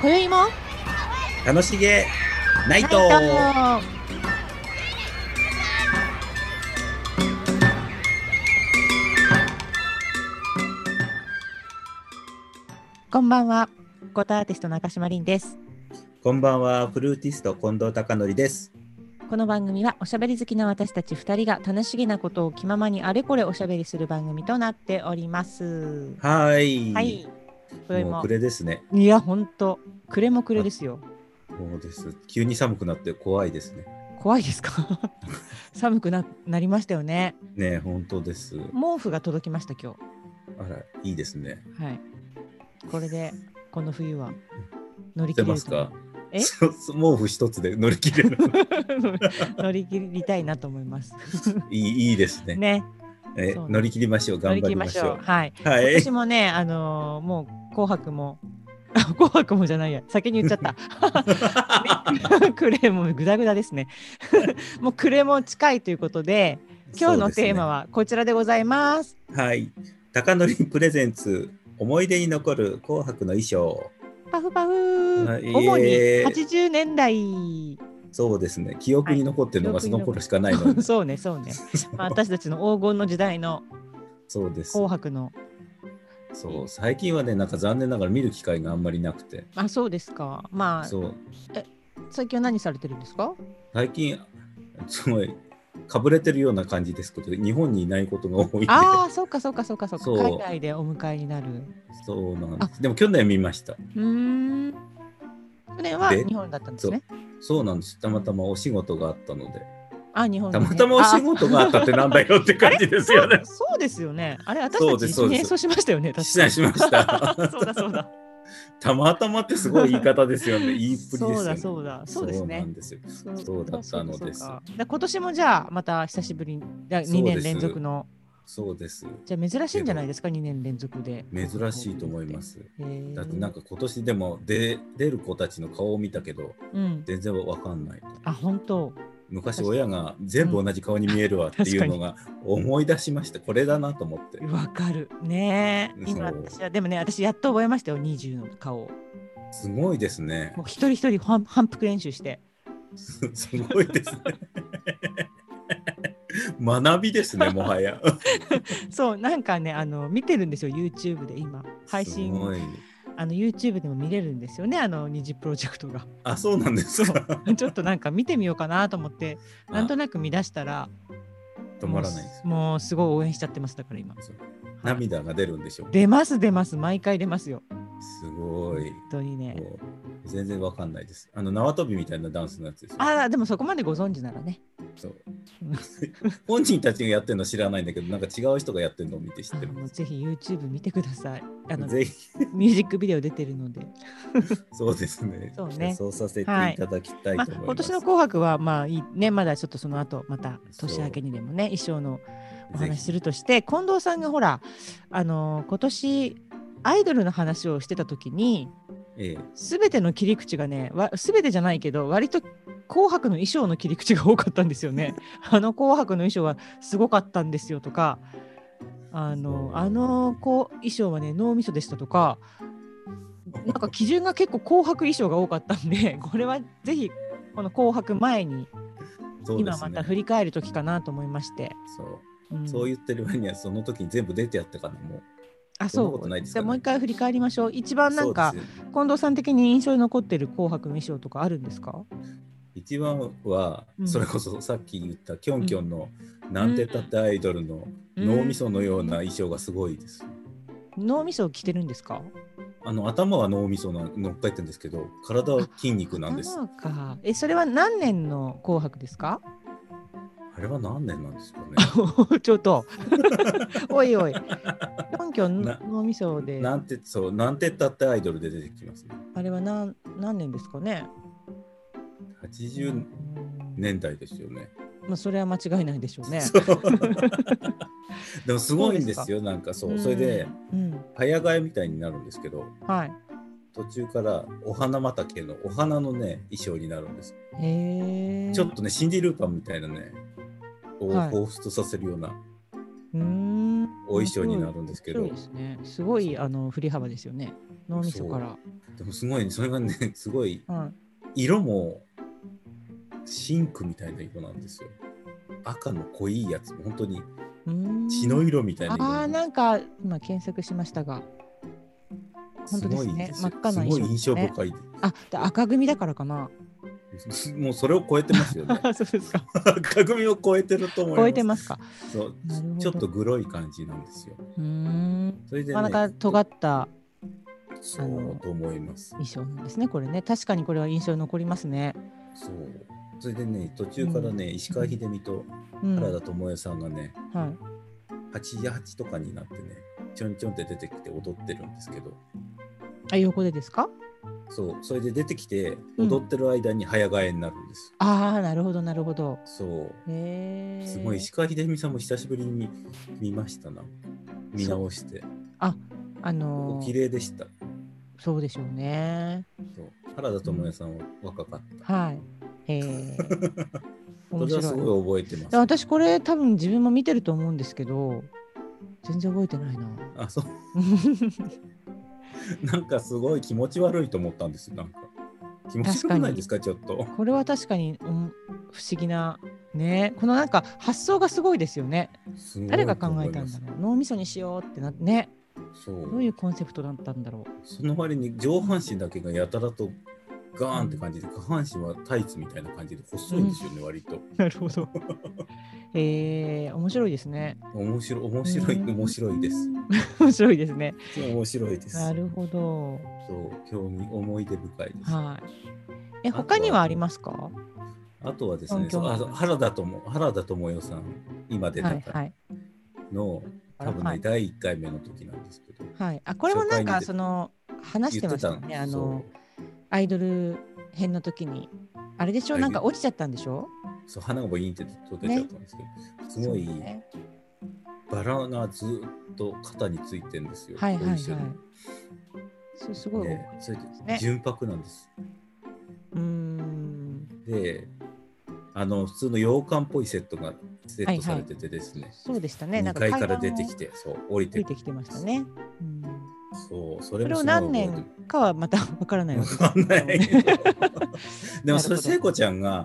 今宵も楽しげナイト。 こんばんは、コタアーティスト中島凛です。 こんばんは、フルーティスト近藤貴則です。 この番組はおしゃべり好きな私たち2人が楽しげなことを気ままにあれこれおしゃべりする番組となっております。 はい。 はい。 もう暮れですね。 いや、ほんと暮れも暮れですよ。 そうです。急に寒くなって怖いですね。 怖いですか？寒く なりましたよね。 ねえ、本当です。 毛布が届きました今日。 あら、いいですね。 はい。これでこの冬は乗り切れると思う。 毛布一つで乗り切れる。 乗り切りたいなと思います。 いいですね。 ね。 乗り切りましょう。頑張りましょう。 はい。 はい。 私もね、もう紅白も紅白もじゃないや、先に言っちゃった。暮れもグダグダですね。もう暮れも近いということで、今日のテーマはこちらでございます。 はい。貴則プレゼンツ思い出に残る紅白の衣装。 パフパフ。主に80年代。 そうですね。記憶に残ってるのがその頃しかないので。 そうね、そうね。私たちの黄金の時代の紅白の。 そう、最近はね、なんか残念ながら見る機会があんまりなくて。 あ、そうですか。まあ、最近は何されてるんですか？最近、すごいかぶれてるような感じですけど、日本にいないことが多いんで。 ああ、そうか。海外でお迎えになる。 そうなんです。でも去年見ました。 去年は日本だったんですね。 そうなんです。たまたまお仕事があったので。 日本たまたまお仕事があったってなんだよって感じですよね。 そうですよね。あれ、私たち一緒に演奏しましたよね。 しました。 そうだ。 たまたまってすごい言い方ですよね。言いっぷりですよね。 そうですね。 そうだったのです。 今年もじゃあまた久しぶりに2年連続の。 そうです。 じゃあ珍しいんじゃないですか、2年連続で。 珍しいと思います。だってなんか今年でも出る子たちの顔を見たけど、全然わかんない。 あ、本当。 昔親が全部同じ顔に見えるわっていうのが思い出しました。これだなと思って。 わかるね。今私はでもね、私やっと覚えましたよ、20の顔。 すごいですね。 もう一人一人反復練習して。 すごいですね。学びですね、もはや。 そう、なんかね、見てるんですよ、YouTube で今配信。YouTube でも見れるんですよね、虹プロジェクトが。 あ、そうなんですか。 ちょっとなんか見てみようかなと思って、なんとなく見出したら止まらないです。 もうすごい応援しちゃってます。だから今涙が出るんでしょう。 出ます、毎回出ますよ。 すごい。 本当にね。 全然わかんないです。縄跳びみたいなダンスのやつですよ。でもそこまでご存知ならね。 そう本人たちがやってるの知らないんだけど、なんか違う人がやってるのを見て知ってる。 ぜひ YouTube 見てください。 ぜひミュージックビデオ出てるので。 そうですね。そうさせていただきたいと思います。 今年の紅白はまだちょっとその後また年明けにでもね、衣装のお話するとして、近藤さんがほら今年アイドルの話をしてた時に、全ての切り口がね、全てじゃないけど割と紅白の衣装の切り口が多かったんですよね。紅白の衣装はすごかったんですよとか、衣装はね脳みそでしたとか、なんか基準が結構紅白衣装が多かったんで、これはぜひこの紅白前に今また振り返る時かなと思いまして。 そう言ってる割にはその時に全部出てやったからもう。 そう。じゃあもう一回振り返りましょう。一番なんか近藤さん的に印象に残ってる紅白の衣装とかあるんですか？ 一番はそれこそさっき言ったキョンキョンのなんてったってアイドルの脳みそのような衣装がすごいです。 脳みそを着てるんですか？ 頭は脳みその乗っかってるんですけど、体は筋肉なんです。 それは何年の紅白ですか？ あれは何年なんですかね。ちょっとおいおい、キョンキョン脳みそでなんてったってアイドルで出てきますね。 あれは何年ですかね ？80年代ですよね。 それは間違いないでしょうね。 でもすごいんですよ。なんかそれで早替えみたいになるんですけど、途中からお花畑のお花のね衣装になるんです。ちょっとねシンディ・ルーパーみたいなねを彷彿とさせるようなお衣装になるんですけど、 すごい振り幅ですよね。 脳みそから。 でもすごい、それがね、すごい、色もシンクみたいな色なんですよ。赤の濃いやつも本当に血の色みたいな色。 なんか今検索しましたが、本当ですね。真っ赤な色、すごい印象深い。 赤組だからかな。 もうそれを超えてますよね。 そうですか。 赤組を超えてると思います。 超えてますか。 そう、ちょっとグロい感じなんですよ。それでね、なんか尖ったそうと思います。 衣装なんですね、これね。確かにこれは印象残りますね。 そう。それでね、途中からね、石川秀美と原田知世さんがね、88とかになってね、ちょんちょんって出てきて踊ってるんですけど。 横でですか？ そう、それで出てきて踊ってる間に早替えになるんです。 なるほどなるほど。 そう。すごい石川秀美さんも久しぶりに見ましたな。見直して。お綺麗でした。 そうでしょうね。 そう、原田知世さんは若かった。 はい。 それはすごい覚えてます、 ね。私これ多分自分も見てると思うんですけど、全然覚えてないな。 そう。なんかすごい気持ち悪いと思ったんですよ。なんか気持ち悪くないですか、ちょっと。 これは確かに、不思議なね、このなんか発想がすごいですよね。誰が考えたんだろう。脳みそにしようってなってね。どういうコンセプトだったんだろう。 その割に上半身だけがやたらとガーンって感じで、下半身はタイツみたいな感じで細いんですよね、割と。 なるほど。面白いですね。 面白いです。 面白いですね。 面白いです。 なるほど。 そう、思い出深いです。 はい。他にはありますか？ あとはですね、原田知世さん、今出た回の、多分ね、第1回目の時なんですけど。 はい。これもなんか話してましたね。アイドル編の時に。あれでしょ、なんか落ちちゃったんでしょ？ そう、花がボインって溶けちゃったんですけど、すごいバラがずっと肩についてるんですよ。 はいはいはい。すごい。 それで純白なんです。で、普通の洋館っぽいセットがセットされててですね。 そうでしたね。 2階から出てきて、降りてきてましたね。 それを何年かはまたわからないわけです。 わかんない。でもそれ聖子ちゃんが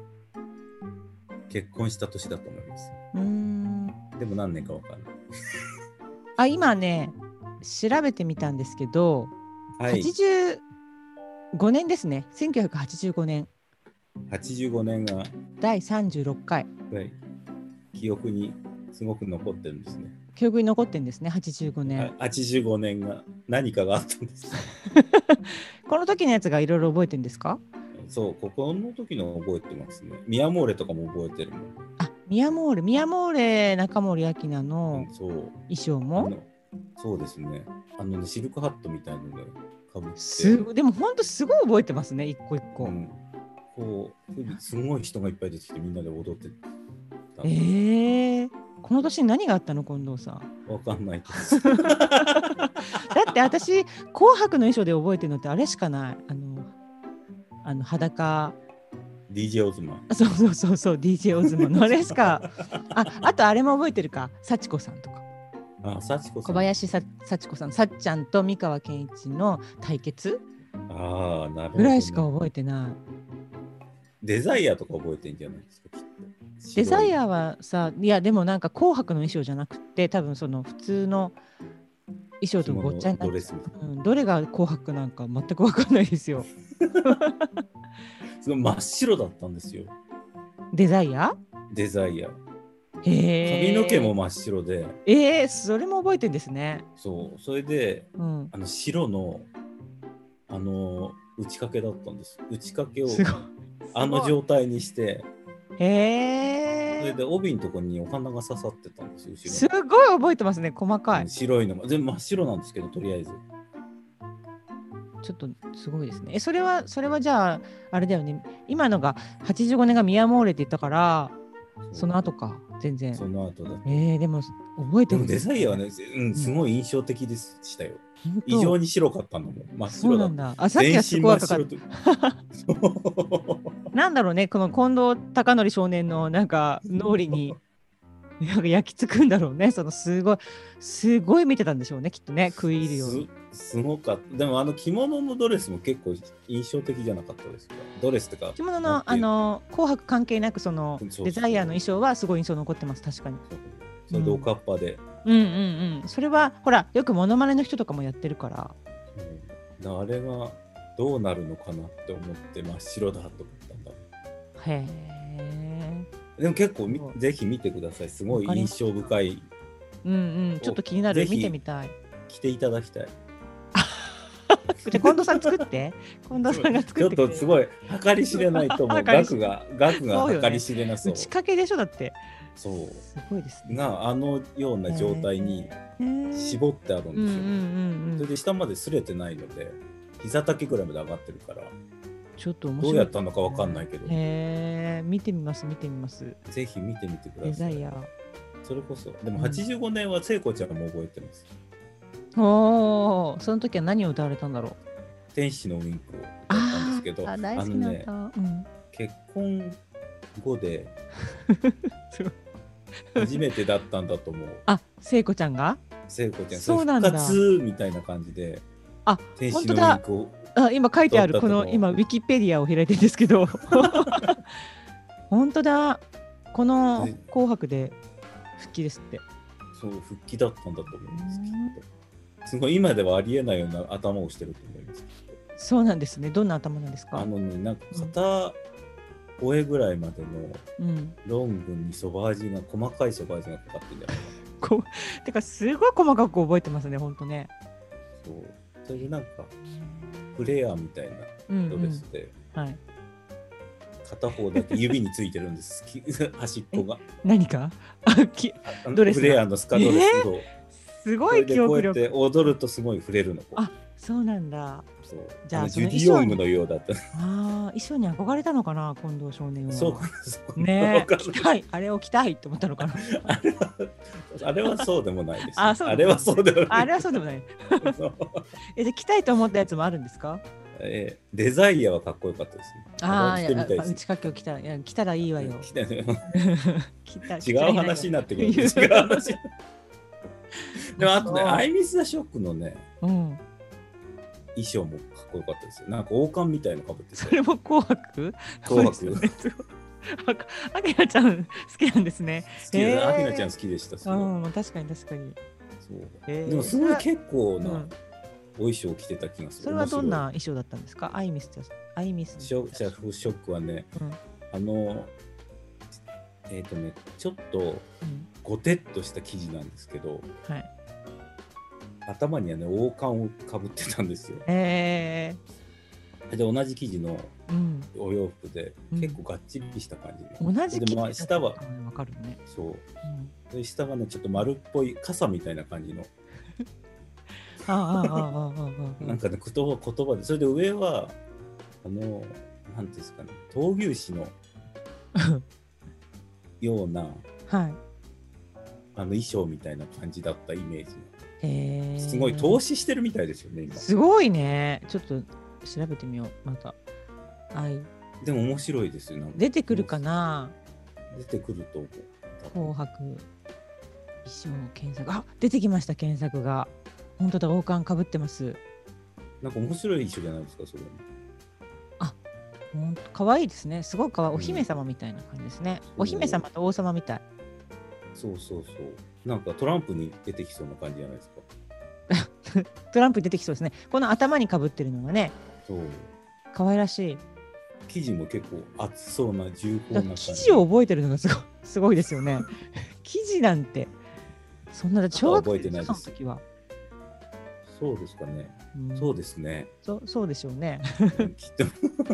結婚した年だと思います。でも何年かわかんない。 今ね、調べてみたんですけど、85年ですね。1985年。 85年が第36回。 記憶にすごく残ってるんですね。 記憶に残ってるんですね、85年。 85年が何かがあったんです。 この時のやつがいろいろ覚えてるんですか？ そう、ここの時の覚えてますね。ミヤモーレとかも覚えてるもん。 ミヤモーレ中森明菜の衣装も、 そうですね。シルクハットみたいなのがかぶって。 でも本当すごい覚えてますね、一個一個。 すごい人がいっぱい出てきてみんなで踊ってた。 この年に何があったの、近藤さん。 わかんないです。 だって私、紅白の衣装で覚えてるのってあれしかない。裸。 DJ オズマ。 そう、DJ オズマのあれしか。あとあれも覚えてるか、幸子さんとか。小林幸子さん、さっちゃんと三河健一の対決なるほど、 ぐらいしか覚えてない。 デザイアとか覚えてんじゃないですか、きっと。 デザイアはさ、いやでもなんか紅白の衣装じゃなくて、多分その普通の衣装とごっちゃになって、どれが紅白なんか全く分かんないですよ。 すごい真っ白だったんですよ。 デザイア。 髪の毛も真っ白で。それも覚えてるんですね。 そう、それで、白の打ち掛けだったんです。打ち掛けを状態にして。それで帯のところにお花が刺さってたんですよ。 すごい覚えてますね、細かい。 白いのが全部真っ白なんですけど、とりあえず。 ちょっとすごいですね。それはじゃああれだよね。今のが85年がミヤモーレって言ったから、その後か、全然。 その後だ。 でも覚えてる。 でもデザイアはね、すごい印象的でしたよ。異常に白かったのも真っ白だった。 さっきはすごい赤かった。なんだろうね、この近藤貴則少年のなんか脳裏になんか焼き付くんだろうね。すごい見てたんでしょうね、きっとね、食い入るように。 すごかった。でも着物のドレスも結構印象的じゃなかったですか？ドレスってか着物の紅白関係なくデザイアの衣装はすごい印象残ってます。確かに。 それでおかっぱで、 それはほらよくモノマネの人とかもやってるから、 あれがどうなるのかなって思って真っ白だと思ったんだ。 へえ。 でも結構ぜひ見てください。すごい印象深い。 ちょっと気になる。見てみたい。 着ていただきたい。 じゃ近藤さん作って。近藤さんが作って。 ちょっとすごい計り知れないと思う。額が計り知れなそう。 打ち掛けでしょだって。 そう。 すごいですね。 ような状態に絞ってあるんですよ。それで下まで擦れてないので、膝丈ぐらいまで上がってるから。 ちょっと面白い。 どうやったのかわかんないけど。 見てみます。 ぜひ見てみてください。 デザイア。 それこそ。でも85年は聖子ちゃんも覚えてます。 その時は何を歌われたんだろう。 天使のウインクを歌ったんですけど、結婚後で初めてだったんだと思う。 聖子ちゃんが？ 聖子ちゃん、 そうなんだ。 復活みたいな感じで。天使のウインクを。 今書いてある今ウィキペディアを開いてるんですけど本当だ、この紅白で復帰ですって。 そう、復帰だったんだと思うんですけど、すごい今ではありえないような頭をしてると思います。 そうなんですね。どんな頭なんですか？ なんか片声ぐらいまでのロングに細かいそば味がかかってるんじゃないかな。 てかすごい細かく覚えてますね、本当ね。 そう、それでなんかフレアみたいなドレスで、片方だけ指についてるんです端っこが。 何かドレスフレアのスカドレスを、 すごい記憶力。 こうやって踊るとすごい触れるの。 そうなんだ。 じゃあジュディ・オングのようだった。 衣装に憧れたのかな、近藤少年は。 そうかな。 ねえ、着たい、あれを着たいって思ったのかな。 あれはそうでもないです。あれはそうでもない。 あれはそうでもない。で着たいと思ったやつもあるんですか？ デザイアはかっこよかったですね。 打ち掛けを着たらいいわよ。 違う話になってくる。違う話。でもあとね、アイミス・ザ・ショックのね、衣装もかっこよかったですよ。なんか王冠みたいなのかぶってて。 それも紅白？ 紅白。 アキナちゃん好きなんですね。 好きで、アキナちゃん好きでした。 確かに。そう。 でもすごい結構なお衣装を着てた気がする。 それはどんな衣装だったんですか？アイミスショックはね、ちょっとゴテッとした生地なんですけど、頭にはね王冠をかぶってたんですよ。で同じ生地のお洋服で、結構がっちりした感じで、同じ生地で、下は分かるね。 そう、で下はねちょっと丸っぽい傘みたいな感じのなんかね言葉で、それで上はなんていうんですかね、闘牛士のような衣装みたいな感じだったイメージ。すごい投資してるみたいですよね今。 すごいね。ちょっと調べてみようまた。 でも面白いですよ。 出てくるかな。 出てくると思う。 紅白衣装検索。出てきました、検索が。本当だ、王冠かぶってます。 なんか面白い衣装じゃないですか、それ。 可愛いですね。すごく可愛い。お姫様みたいな感じですね。お姫様と王様みたい。 そう。なんかトランプに出てきそうな感じじゃないですか。トランプに出てきそうですね。この頭にかぶってるのがね。 そう。 可愛らしい。 生地も結構厚そうな重厚な感じ。 生地を覚えてるのがすごいですよね。生地なんてそんな小学生の時は。 そうですかね。そうですね。 そうでしょうね。 きっと。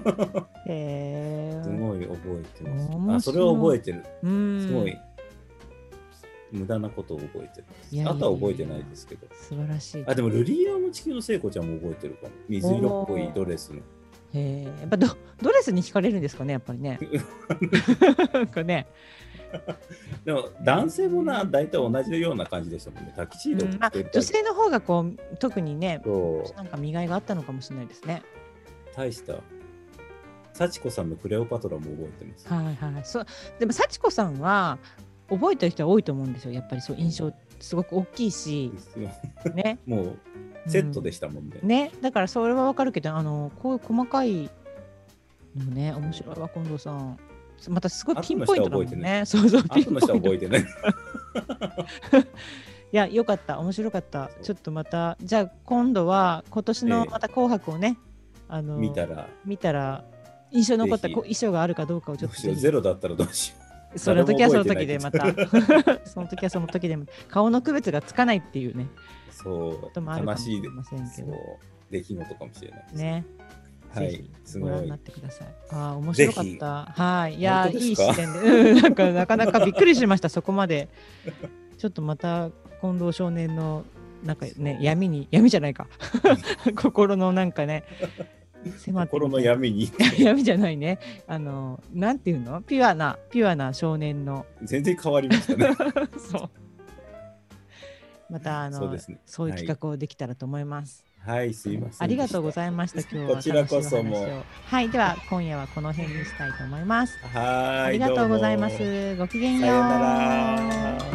すごい覚えてます。それは覚えてる。すごい無駄なことを覚えてる。あとは覚えてないですけど。 素晴らしい。 でもルリアの地球の聖子ちゃんも覚えてるかも。水色っぽいドレスの。 やっぱドレスに惹かれるんですかね、やっぱりね。なんかね。 でも男性も大体同じような感じでしたもんね。タキシード着てる。 女性の方が特にね、なんか見がいがあったのかもしれないですね。 大した。幸子さんのクレオパトラも覚えてます。 でも幸子さんは覚えてる人は多いと思うんですよ。やっぱりそう印象すごく大きいし、ね、 もうセットでしたもんね。 ね、だからそれはわかるけど、こういう細かいのね、面白いわ近藤さん。またすごいピンポイントだもんね。そうそう、 ピンポイント。後の人は覚えてない。 いや、よかった、面白かった。ちょっとまた、じゃあ今度は今年のまた紅白をね、見たら印象に残った衣装があるかどうかをちょっと。 ゼロだったらどうしよう。その時はその時でまた、その時はその時で顔の区別がつかないっていうね。 そう、 こともあるかもしれませんけど。 出来事かもしれないですね。 はい、 すごい。ご覧になってください。あ、面白かった。はい、いや、いい視点で、なかなかびっくりしました。そこまで。ちょっとまた近藤少年のなんかね、闇じゃないか。心のなんかね。 心の闇に闇じゃないね。なんていうの、ピュアな少年の。 全然変わりましたね。 そう。またそういう企画をできたらと思います。 はい、すいません。 ありがとうございました。今日はこちらこそも。 はい、では今夜はこの辺にしたいと思います。 はい、 ありがとうございます。ごきげんよう。 さよなら。